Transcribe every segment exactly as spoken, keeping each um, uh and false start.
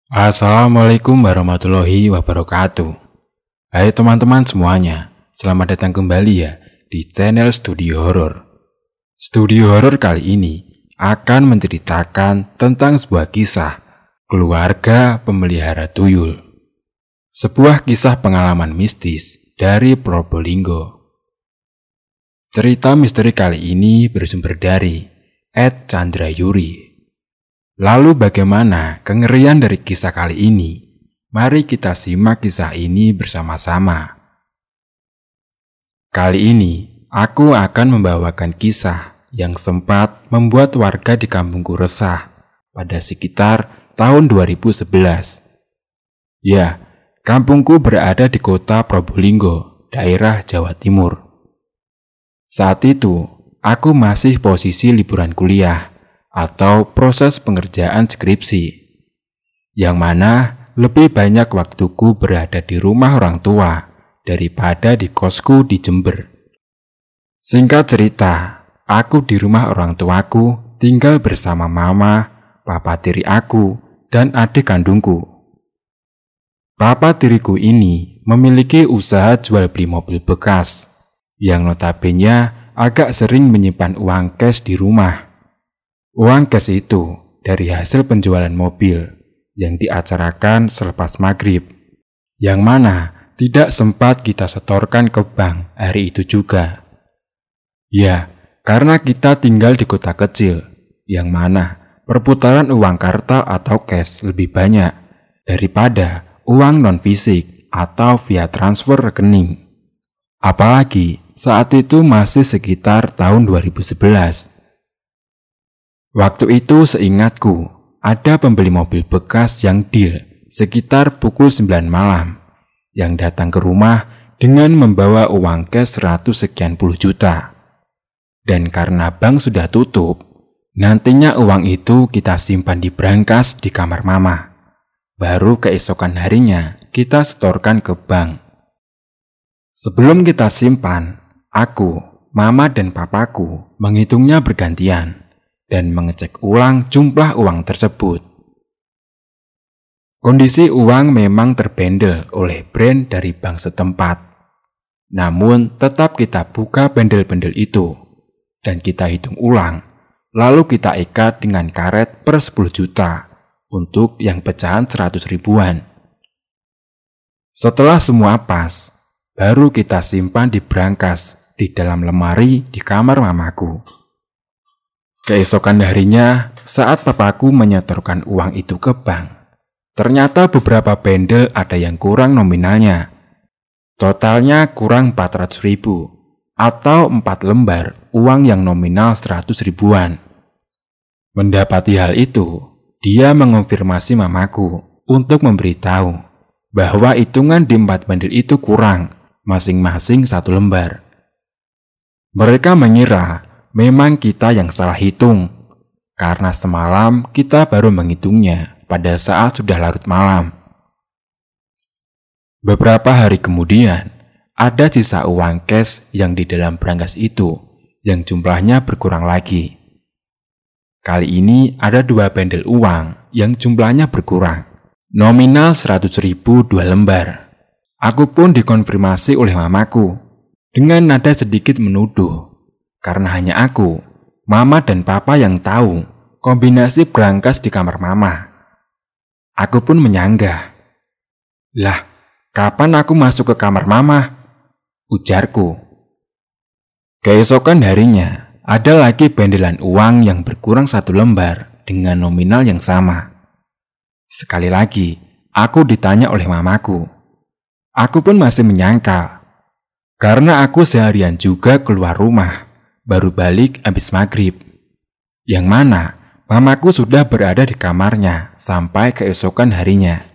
Assalamualaikum warahmatullahi wabarakatuh. Hai teman-teman semuanya, selamat datang kembali ya di channel Studio Horor. Studio Horor kali ini akan menceritakan tentang sebuah kisah keluarga pemelihara tuyul. Sebuah kisah pengalaman mistis dari Probolinggo. Cerita misteri kali ini bersumber dari et chandra yuri. Lalu bagaimana kengerian dari kisah kali ini? Mari kita simak kisah ini bersama-sama. Kali ini, aku akan membawakan kisah yang sempat membuat warga di kampungku resah pada sekitar tahun dua ribu sebelas. Ya, kampungku berada di kota Probolinggo, daerah Jawa Timur. Saat itu, aku masih posisi liburan kuliah atau proses pengerjaan skripsi, yang mana lebih banyak waktuku berada di rumah orang tua daripada di kosku di Jember. Singkat cerita, aku di rumah orang tuaku tinggal bersama mama, papa tiri aku, dan adik kandungku. Papa tiriku ini memiliki usaha jual beli mobil bekas, yang notabene agak sering menyimpan uang cash di rumah. Uang cash itu dari hasil penjualan mobil yang diacarakan selepas maghrib, yang mana tidak sempat kita setorkan ke bank hari itu juga. Ya, karena kita tinggal di kota kecil, yang mana perputaran uang kartal atau cash lebih banyak daripada uang non-fisik atau via transfer rekening. Apalagi saat itu masih sekitar tahun dua ribu sebelas. Waktu itu seingatku, ada pembeli mobil bekas yang deal sekitar pukul sembilan malam, yang datang ke rumah dengan membawa uang cash seratus sekian puluh juta. Dan karena bank sudah tutup, nantinya uang itu kita simpan di brankas di kamar mama. Baru keesokan harinya kita setorkan ke bank. Sebelum kita simpan, aku, mama dan papaku menghitungnya bergantian dan mengecek ulang jumlah uang tersebut. Kondisi uang memang terbendel oleh brand dari bank setempat. Namun tetap kita buka bendel-bendel itu dan kita hitung ulang, lalu kita ikat dengan karet per sepuluh juta untuk yang pecahan seratus ribuan. Setelah semua pas, baru kita simpan di brankas di dalam lemari di kamar mamaku. Keesokan harinya, saat papaku menyetorkan uang itu ke bank, ternyata beberapa bendel ada yang kurang nominalnya. Totalnya kurang empat ratus ribu, atau empat lembar uang yang nominal seratus ribuan. Mendapati hal itu, dia mengonfirmasi mamaku untuk memberitahu bahwa hitungan di empat bendel itu kurang, masing-masing satu lembar. Mereka mengira memang kita yang salah hitung, karena semalam kita baru menghitungnya pada saat sudah larut malam. Beberapa hari kemudian, ada sisa uang cash yang di dalam brankas itu, yang jumlahnya berkurang lagi. Kali ini ada dua bendel uang yang jumlahnya berkurang, nominal seratus ribu dua lembar. Aku pun dikonfirmasi oleh mamaku, dengan nada sedikit menuduh. Karena hanya aku, mama dan papa yang tahu kombinasi brankas di kamar mama. Aku pun menyanggah. Lah, kapan aku masuk ke kamar mama? Ujarku. Keesokan harinya, ada lagi bendelan uang yang berkurang satu lembar dengan nominal yang sama. Sekali lagi, aku ditanya oleh mamaku. Aku pun masih menyangkal. Karena aku seharian juga keluar rumah, baru balik habis maghrib, yang mana mamaku sudah berada di kamarnya sampai keesokan harinya.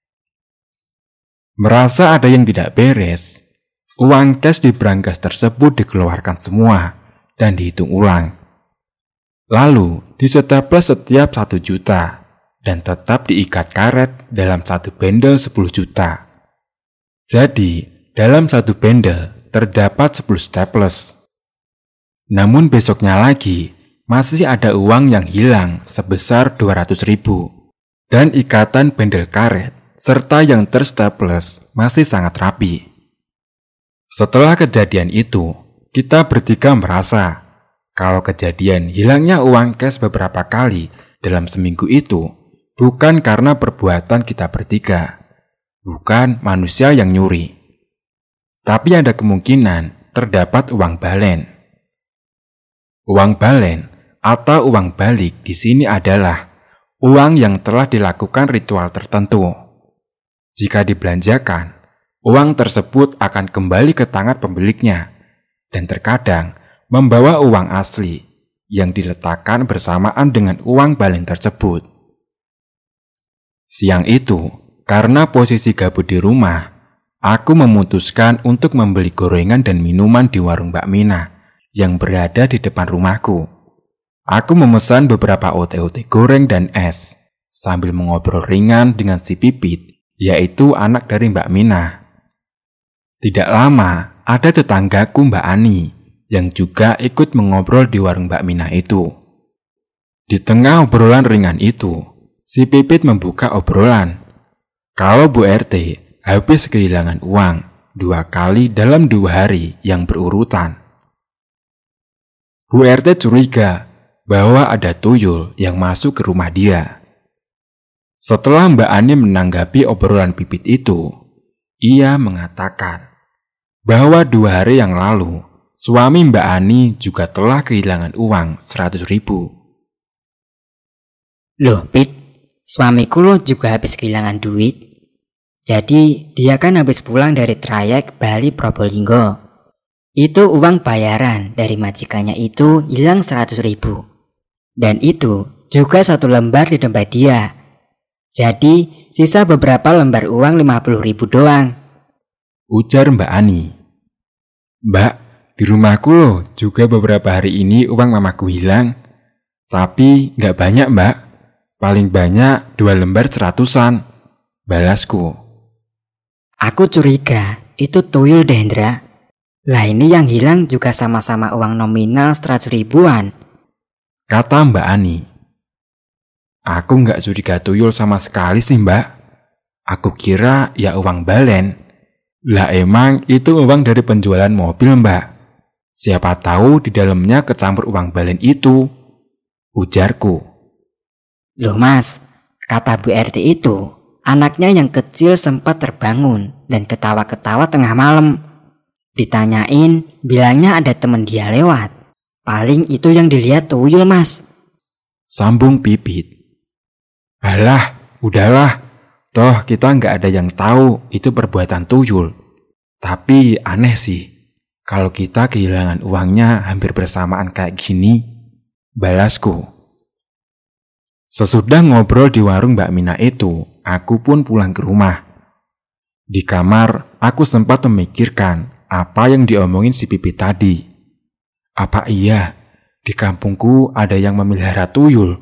Merasa ada yang tidak beres, uang cash di brankas tersebut dikeluarkan semua dan dihitung ulang. Lalu disetaples setiap satu juta dan tetap diikat karet dalam satu bendel sepuluh juta. Jadi dalam satu bendel terdapat sepuluh staples. Namun besoknya lagi, masih ada uang yang hilang sebesar dua ratus ribu. dan ikatan bendel karet serta yang terstaples masih sangat rapi. Setelah kejadian itu, kita bertiga merasa kalau kejadian hilangnya uang cash beberapa kali dalam seminggu itu bukan karena perbuatan kita bertiga, bukan manusia yang nyuri, tapi ada kemungkinan terdapat uang balen. Uang balen atau uang balik di sini adalah uang yang telah dilakukan ritual tertentu. Jika dibelanjakan, uang tersebut akan kembali ke tangan pemiliknya dan terkadang membawa uang asli yang diletakkan bersamaan dengan uang balen tersebut. Siang itu, karena posisi gabut di rumah, aku memutuskan untuk membeli gorengan dan minuman di warung Mbak Mina yang berada di depan rumahku. Aku memesan beberapa ote-ote goreng dan es, sambil mengobrol ringan dengan si Pipit, yaitu anak dari Mbak Mina. Tidak lama, ada tetanggaku Mbak Ani, yang juga ikut mengobrol di warung Mbak Mina itu. Di tengah obrolan ringan itu, si Pipit membuka obrolan. Kalau Bu R T habis kehilangan uang dua kali dalam dua hari yang berurutan. Bu R T curiga bahwa ada tuyul yang masuk ke rumah dia. Setelah Mbak Ani menanggapi obrolan Pipit itu, ia mengatakan bahwa dua hari yang lalu suami Mbak Ani juga telah kehilangan uang seratus ribu. Loh Pit, suamiku lo juga habis kehilangan duit. Jadi dia kan habis pulang dari trayek Bali Probolinggo. Itu uang bayaran dari majikannya itu hilang seratus ribu. Dan itu juga satu lembar di dompet dia. Jadi sisa beberapa lembar uang lima puluh ribu doang. Ujar Mbak Ani. Mbak, di rumahku loh juga beberapa hari ini uang mamaku hilang. Tapi gak banyak mbak. Paling banyak dua lembar seratusan. Balasku. Aku curiga itu tuyul Dendra. Lah ini yang hilang juga sama-sama uang nominal seratus ribuan. Kata Mbak Ani. Aku gak curiga tuyul sama sekali sih mbak. Aku kira ya uang balen. Lah emang itu uang dari penjualan mobil mbak. Siapa tahu di dalamnya kecampur uang balen itu. Ujarku. Loh mas, kata Bu R T itu, anaknya yang kecil sempat terbangun dan ketawa-ketawa tengah malam. Ditanyain, bilangnya ada temen dia lewat. Paling itu yang dilihat tuyul mas. Sambung Pipit. Alah, udahlah. Toh kita nggak ada yang tahu itu perbuatan tuyul. Tapi aneh sih, kalau kita kehilangan uangnya hampir bersamaan kayak gini. Balasku. Sesudah ngobrol di warung Mbak Mina itu, aku pun pulang ke rumah. Di kamar, aku sempat memikirkan apa yang diomongin si Pipit tadi. Apa iya, di kampungku ada yang memelihara tuyul?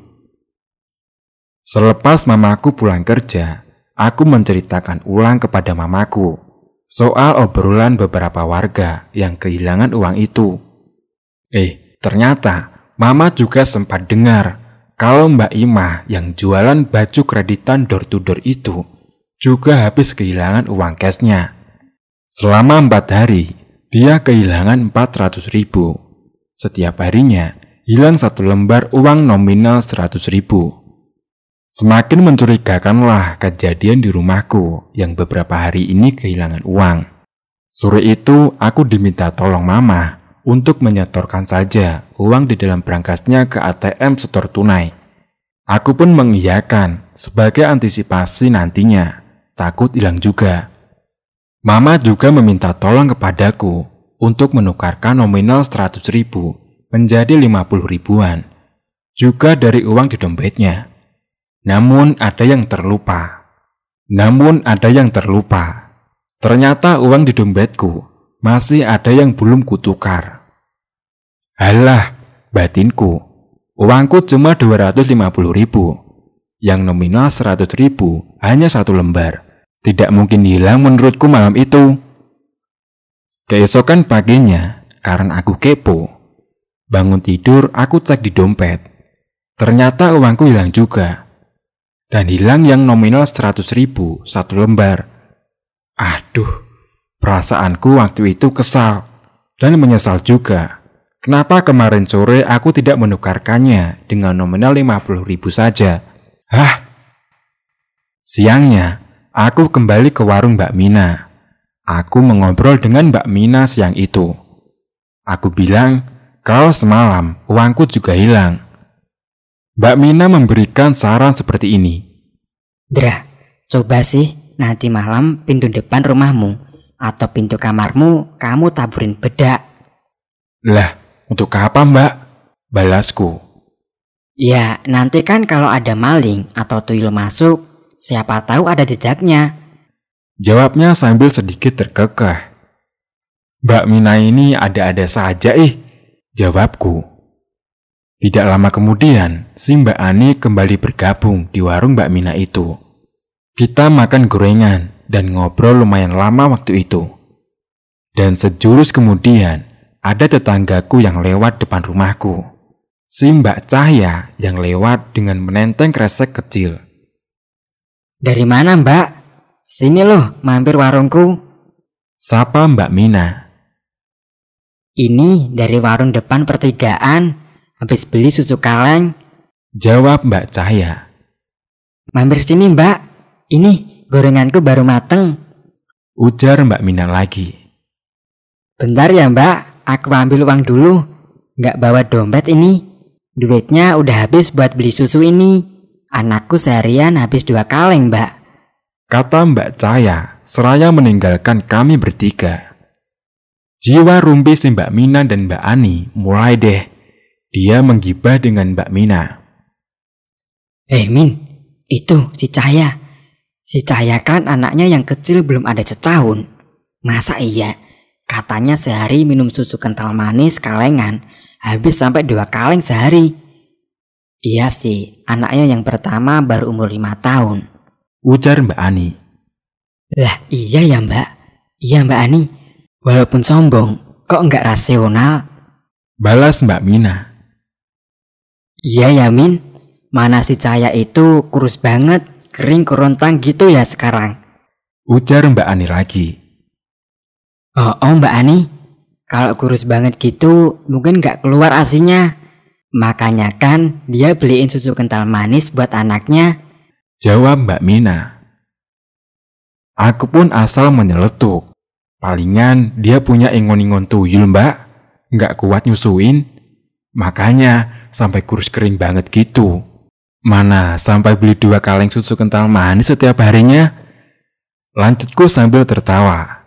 Selepas mamaku pulang kerja, aku menceritakan ulang kepada mamaku soal obrolan beberapa warga yang kehilangan uang itu. Eh, ternyata mama juga sempat dengar kalau Mbak Imah yang jualan baju kreditan door to door itu juga habis kehilangan uang cashnya. Selama empat hari, dia kehilangan empat ratus ribu. Setiap harinya hilang satu lembar uang nominal seratus ribu. Semakin mencurigakanlah kejadian di rumahku yang beberapa hari ini kehilangan uang. Sore itu aku diminta tolong mama untuk menyetorkan saja uang di dalam berangkasnya ke A T M setor tunai. Aku pun mengiyakan sebagai antisipasi nantinya, takut hilang juga. Mama juga meminta tolong kepadaku untuk menukarkan nominal seratus ribu menjadi lima puluh ribuan, juga dari uang di dompetnya. Namun ada yang terlupa. Namun ada yang terlupa. Ternyata uang di dompetku masih ada yang belum kutukar. Halah, batinku. Uangku cuma dua ratus lima puluh ribu. Yang nominal seratus ribu hanya satu lembar. Tidak mungkin hilang menurutku malam itu. Keesokan paginya, karena aku kepo, bangun tidur aku cek di dompet. Ternyata uangku hilang juga. dan hilang yang nominal seratus ribu satu lembar. Aduh, perasaanku waktu itu kesal dan menyesal juga. Kenapa kemarin sore aku tidak menukarkannya dengan nominal lima puluh ribu saja? Hah? Siangnya, aku kembali ke warung Mbak Mina. Aku mengobrol dengan Mbak Mina siang itu. Aku bilang kalau semalam uangku juga hilang. Mbak Mina memberikan saran seperti ini. Dra, coba sih nanti malam pintu depan rumahmu atau pintu kamarmu kamu taburin bedak. Lah, untuk apa Mbak? Balasku. Ya, nanti kan kalau ada maling atau tuyul masuk, siapa tahu ada jejaknya. Jawabnya sambil sedikit terkekeh. Mbak Mina ini ada-ada saja ih, jawabku. Tidak lama kemudian, si Mbak Ani kembali bergabung di warung Mbak Mina itu. Kita makan gorengan dan ngobrol lumayan lama waktu itu. Dan sejurus kemudian, ada tetanggaku yang lewat depan rumahku. Si Mbak Cahya yang lewat dengan menenteng kresek kecil. Dari mana Mbak? Sini loh, mampir warungku. Sapa Mbak Mina. Ini dari warung depan pertigaan. Habis beli susu kaleng. Jawab Mbak Cahya. Mampir sini Mbak. Ini gorenganku baru mateng. Ujar Mbak Mina lagi. Bentar ya Mbak, aku ambil uang dulu. Nggak bawa dompet ini. Duitnya udah habis buat beli susu ini. Anakku seharian habis dua kaleng Mbak. Kata Mbak Cahya seraya meninggalkan kami bertiga. Jiwa rumpi si Mbak Mina dan Mbak Ani mulai deh. Dia menggibah dengan Mbak Mina. Eh Min, itu si Cahya. Si Cahya kan anaknya yang kecil belum ada setahun. Masa iya? Katanya sehari minum susu kental manis kalengan. Habis sampai dua kaleng sehari. Iya sih, anaknya yang pertama baru umur lima tahun. Ujar Mbak Ani. Lah iya ya Mbak. Iya Mbak Ani. Walaupun sombong, kok nggak rasional? Balas Mbak Mina. Iya ya Min, mana si Cahya itu kurus banget, kering kerontang gitu ya sekarang. Ujar Mbak Ani lagi. Oh, oh Mbak Ani, kalau kurus banget gitu mungkin gak keluar asinya. Makanya kan dia beliin susu kental manis buat anaknya. Jawab Mbak Mina. Aku pun asal menyeletuk. Palingan dia punya ingon-ingon tuyul Mbak, gak kuat nyusuin. Makanya sampai kurus kering banget gitu. Mana sampai beli dua kaleng susu kental manis setiap harinya. Lanjutku sambil tertawa.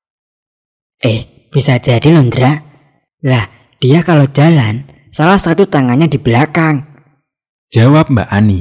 Eh, bisa jadi Londra. Lah, dia kalau jalan, salah satu tangannya di belakang. Jawab Mbak Ani.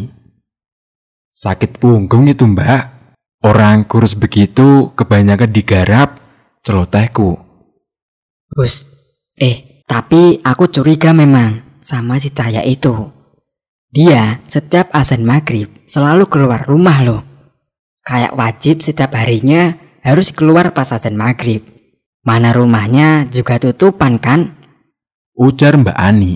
Sakit punggung itu Mbak. Orang kurus begitu kebanyakan digarap, celotehku. Bus, eh, tapi aku curiga memang sama si Cahya itu. Dia setiap azan maghrib selalu keluar rumah loh. Kayak wajib setiap harinya harus keluar pas azan maghrib. Mana rumahnya juga tutupan kan? Ujar Mbak Ani.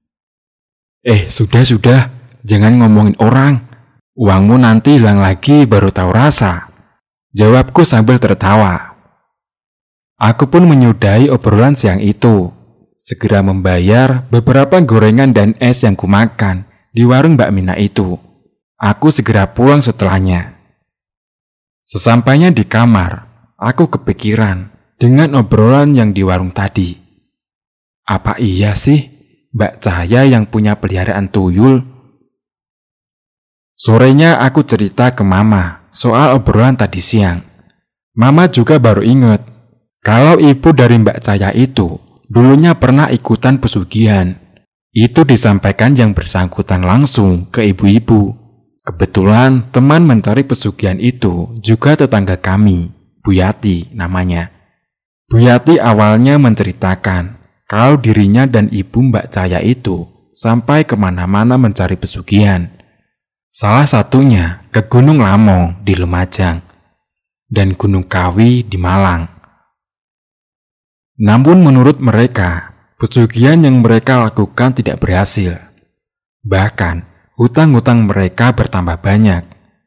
Eh sudah-sudah, jangan ngomongin orang. Uangmu nanti hilang lagi baru tahu rasa. Jawabku sambil tertawa. Aku pun menyudahi obrolan siang itu. Segera membayar beberapa gorengan dan es yang kumakan di warung Mbak Mina itu. Aku segera pulang setelahnya. Sesampainya di kamar, aku kepikiran dengan obrolan yang di warung tadi. Apa iya sih Mbak Cahya yang punya peliharaan tuyul? Sorenya aku cerita ke Mama soal obrolan tadi siang. Mama juga baru ingat kalau ibu dari Mbak Cahya itu dulunya pernah ikutan pesugihan. Itu disampaikan yang bersangkutan langsung ke ibu-ibu. Kebetulan teman mencari pesugihan itu juga tetangga kami, Bu Yati namanya. Bu Yati awalnya menceritakan kalau dirinya dan ibu Mbak Cahya itu sampai kemana-mana mencari pesugihan. Salah satunya ke Gunung Lamong di Lumajang dan Gunung Kawi di Malang. Namun menurut mereka, pesugihan yang mereka lakukan tidak berhasil. Bahkan hutang-hutang mereka bertambah banyak.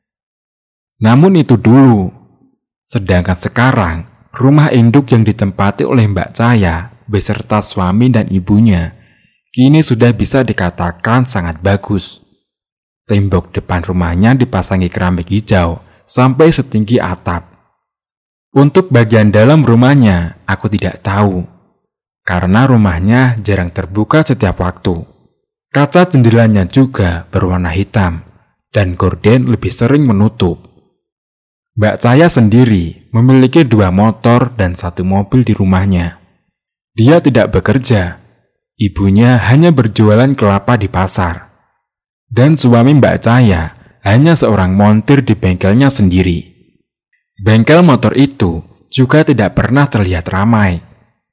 Namun itu dulu. Sedangkan sekarang, rumah induk yang ditempati oleh Mbak Cahya beserta suami dan ibunya kini sudah bisa dikatakan sangat bagus. Tembok depan rumahnya dipasangi keramik hijau sampai setinggi atap. Untuk bagian dalam rumahnya, aku tidak tahu. Karena rumahnya jarang terbuka setiap waktu. Kaca jendelanya juga berwarna hitam, dan gorden lebih sering menutup. Mbak Cahya sendiri memiliki dua motor dan satu mobil di rumahnya. Dia tidak bekerja. Ibunya hanya berjualan kelapa di pasar. Dan suami Mbak Cahya hanya seorang montir di bengkelnya sendiri. Bengkel motor itu juga tidak pernah terlihat ramai.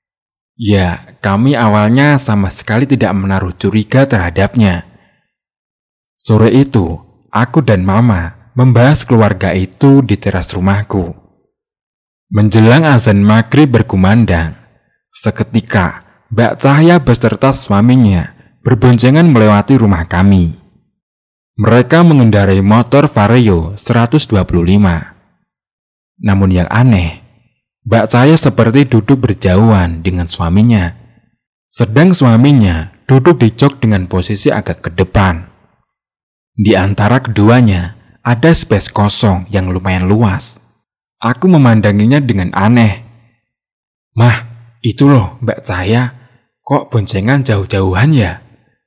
Ya, kami awalnya sama sekali tidak menaruh curiga terhadapnya. Sore itu, aku dan Mama membahas keluarga itu di teras rumahku. Menjelang azan maghrib berkumandang, seketika Mbak Cahya beserta suaminya berboncengan melewati rumah kami. Mereka mengendarai motor Vario seratus dua puluh lima. Namun yang aneh, Mbak Cahya seperti duduk berjauhan dengan suaminya, sedang suaminya duduk di jok dengan posisi agak ke depan. Di antara keduanya ada space kosong yang lumayan luas. Aku memandanginya dengan aneh. Mah, itu loh Mbak Cahya, kok boncengan jauh-jauhan ya?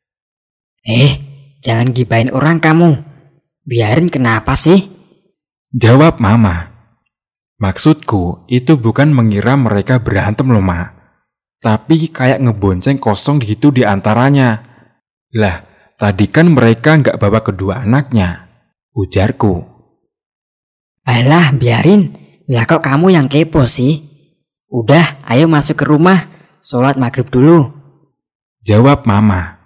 Eh, jangan gibahin orang kamu. Biarin kenapa sih? Jawab Mama. Maksudku itu bukan mengira mereka berantem loh, Ma. Tapi kayak ngebonceng kosong gitu di antaranya. Lah, tadi kan mereka nggak bawa kedua anaknya, ujarku. Alah, biarin. Lah kok kamu yang kepo sih? Udah, ayo masuk ke rumah. Sholat maghrib dulu. Jawab Mama.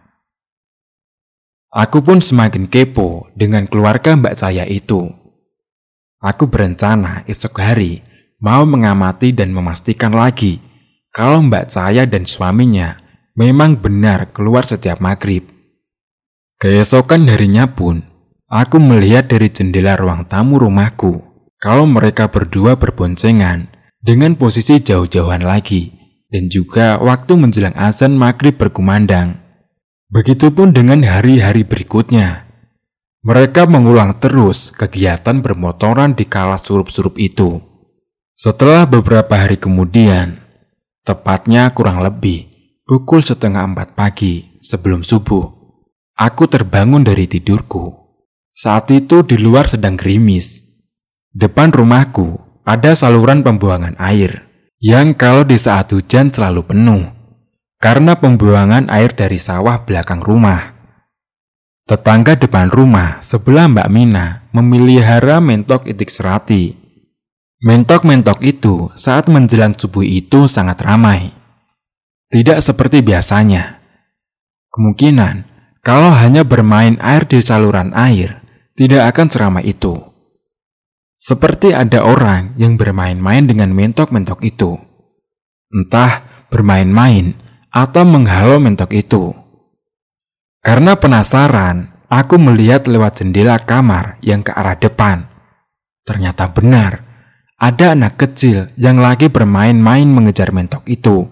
Aku pun semakin kepo dengan keluarga Mbak Cahya itu. Aku berencana esok hari mau mengamati dan memastikan lagi kalau Mbak Cahya dan suaminya memang benar keluar setiap maghrib. Keesokan harinya pun, aku melihat dari jendela ruang tamu rumahku kalau mereka berdua berboncengan dengan posisi jauh-jauhan lagi dan juga waktu menjelang azan maghrib berkumandang. Begitupun dengan hari-hari berikutnya. Mereka mengulang terus kegiatan bermotoran di kala surup-surup itu. Setelah beberapa hari kemudian, tepatnya kurang lebih pukul setengah empat pagi sebelum subuh, aku terbangun dari tidurku. Saat itu di luar sedang gerimis. Depan rumahku ada saluran pembuangan air yang kalau di saat hujan selalu penuh karena pembuangan air dari sawah belakang rumah. Tetangga depan rumah sebelah Mbak Mina memelihara mentok itik serati. Mentok-mentok itu saat menjelang subuh itu sangat ramai. Tidak seperti biasanya. Kemungkinan kalau hanya bermain air di saluran air tidak akan seramai itu. Seperti ada orang yang bermain-main dengan mentok-mentok itu. Entah bermain-main atau menghalau mentok itu. Karena penasaran, aku melihat lewat jendela kamar yang ke arah depan. Ternyata benar, ada anak kecil yang lagi bermain-main mengejar mentok itu.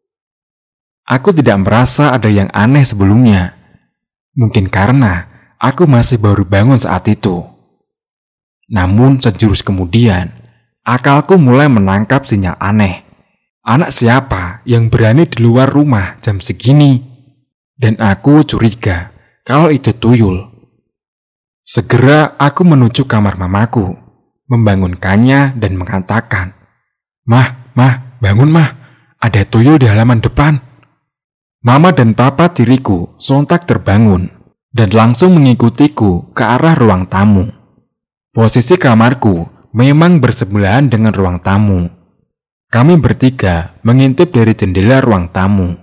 Aku tidak merasa ada yang aneh sebelumnya. Mungkin karena aku masih baru bangun saat itu. Namun sejurus kemudian, akalku mulai menangkap sinyal aneh. Anak siapa yang berani di luar rumah jam segini? Dan aku curiga kalau itu tuyul. Segera aku menuju kamar mamaku, membangunkannya dan mengatakan, Mah, mah, bangun mah, ada tuyul di halaman depan. Mama dan papa tiriku sontak terbangun dan langsung mengikutiku ke arah ruang tamu. Posisi kamarku memang bersebelahan dengan ruang tamu. Kami bertiga mengintip dari jendela ruang tamu.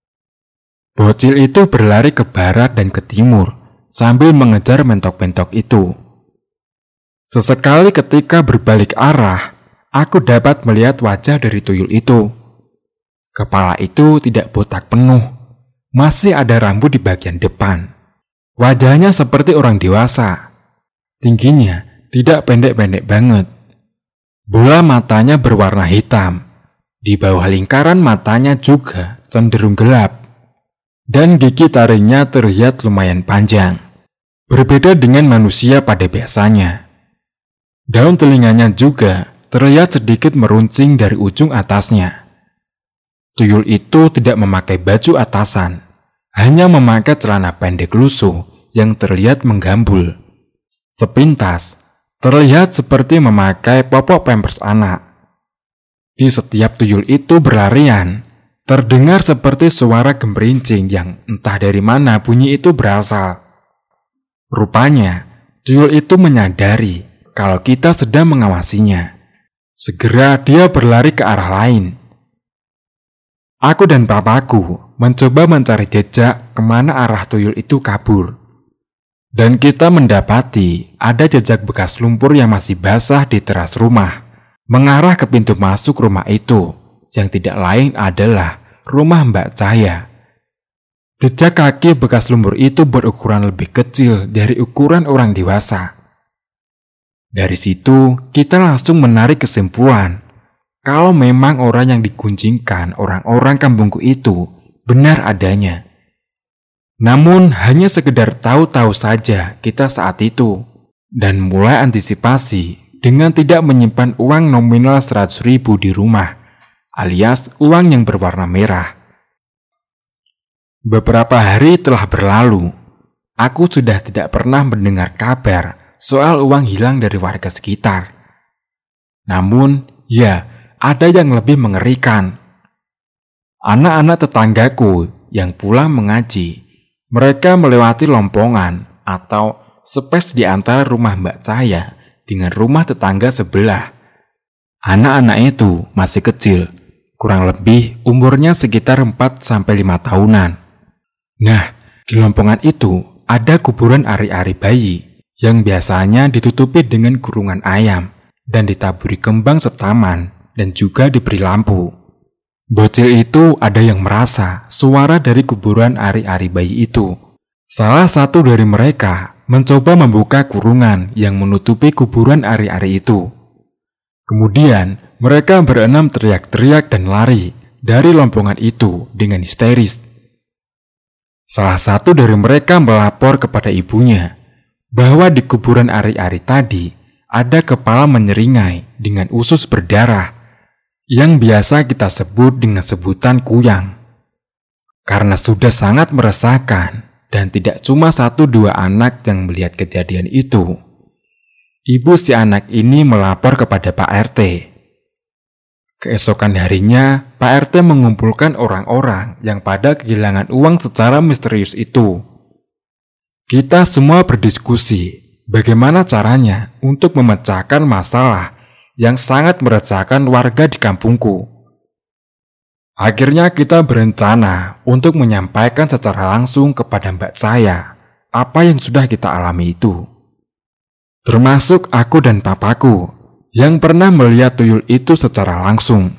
Bocil itu berlari ke barat dan ke timur sambil mengejar mentok-mentok itu. Sesekali ketika berbalik arah, aku dapat melihat wajah dari tuyul itu. Kepala itu tidak botak penuh, masih ada rambut di bagian depan. Wajahnya seperti orang dewasa. Tingginya tidak pendek-pendek banget. Bola matanya berwarna hitam. Di bawah lingkaran matanya juga cenderung gelap. Dan gigi taringnya terlihat lumayan panjang. Berbeda dengan manusia pada biasanya. Daun telinganya juga terlihat sedikit meruncing dari ujung atasnya. Tuyul itu tidak memakai baju atasan. Hanya memakai celana pendek lusuh yang terlihat menggambul. Sepintas, terlihat seperti memakai popok pampers anak. Di setiap tuyul itu berlarian, terdengar seperti suara gemerincing yang entah dari mana bunyi itu berasal. Rupanya, tuyul itu menyadari kalau kita sedang mengawasinya. Segera dia berlari ke arah lain. Aku dan papaku mencoba mencari jejak kemana arah tuyul itu kabur. Dan kita mendapati ada jejak bekas lumpur yang masih basah di teras rumah, mengarah ke pintu masuk rumah itu, yang tidak lain adalah rumah Mbak Cahya. Jejak kaki bekas lumpur itu berukuran lebih kecil dari ukuran orang dewasa. Dari situ, kita langsung menarik kesimpulan kalau memang orang yang diguncingkan orang-orang kampungku itu benar adanya. Namun hanya sekedar tahu-tahu saja kita saat itu, dan mulai antisipasi dengan tidak menyimpan uang nominal seratus ribu di rumah, alias uang yang berwarna merah. Beberapa hari telah berlalu, aku sudah tidak pernah mendengar kabar soal uang hilang dari warga sekitar. Namun, ya, ada yang lebih mengerikan. Anak-anak tetanggaku yang pulang mengaji, mereka melewati lompongan atau space di antara rumah Mbak Cahya dengan rumah tetangga sebelah. Anak-anak itu masih kecil, kurang lebih umurnya sekitar empat sampai lima tahunan. Nah, di lompongan itu ada kuburan ari-ari bayi yang biasanya ditutupi dengan kurungan ayam dan ditaburi kembang setaman dan juga diberi lampu. Bocil itu ada yang merasa suara dari kuburan ari-ari bayi itu. Salah satu dari mereka mencoba membuka kurungan yang menutupi kuburan ari-ari itu. Kemudian mereka berenam teriak-teriak dan lari dari lompongan itu dengan histeris. Salah satu dari mereka melapor kepada ibunya bahwa di kuburan ari-ari tadi ada kepala menyeringai dengan usus berdarah yang biasa kita sebut dengan sebutan kuyang. Karena sudah sangat meresahkan dan tidak cuma satu dua anak yang melihat kejadian itu, ibu si anak ini melapor kepada Pak R T. Keesokan harinya, Pak R T mengumpulkan orang-orang yang pada kehilangan uang secara misterius itu. Kita semua berdiskusi bagaimana caranya untuk memecahkan masalah yang sangat meresahkan warga di kampungku. Akhirnya kita berencana untuk menyampaikan secara langsung kepada Mbak Cahya apa yang sudah kita alami itu. Termasuk aku dan papaku yang pernah melihat tuyul itu secara langsung.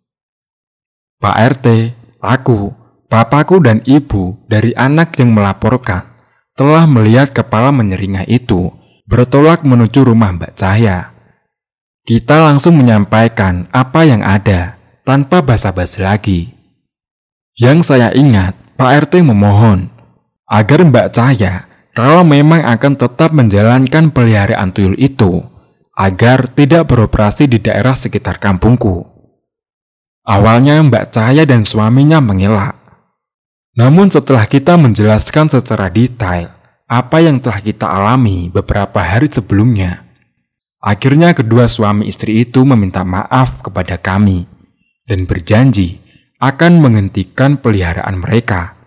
Pak R T, aku, papaku dan ibu dari anak yang melaporkan telah melihat kepala menyeringai itu bertolak menuju rumah Mbak Cahya. Kita langsung menyampaikan apa yang ada, tanpa basa-basi lagi. Yang saya ingat, Pak R T memohon agar Mbak Cahya, kalau memang akan tetap menjalankan peliharaan tuyul itu, agar tidak beroperasi di daerah sekitar kampungku. Awalnya Mbak Cahya dan suaminya mengelak. Namun setelah kita menjelaskan secara detail apa yang telah kita alami beberapa hari sebelumnya, akhirnya kedua suami istri itu meminta maaf kepada kami dan berjanji akan menghentikan peliharaan mereka.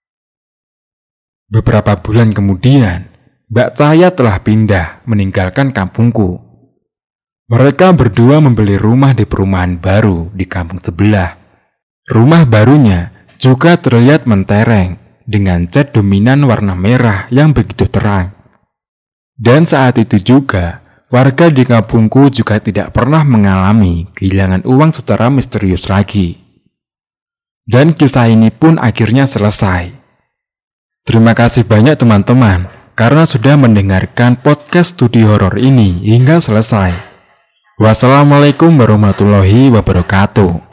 Beberapa bulan kemudian, Mbak Cahya telah pindah meninggalkan kampungku. Mereka berdua membeli rumah di perumahan baru di kampung sebelah. Rumah barunya juga terlihat mentereng dengan cat dominan warna merah yang begitu terang. Dan saat itu juga, warga di kampungku juga tidak pernah mengalami kehilangan uang secara misterius lagi. Dan kisah ini pun akhirnya selesai. Terima kasih banyak teman-teman karena sudah mendengarkan podcast studi horor ini hingga selesai. Wassalamualaikum warahmatullahi wabarakatuh.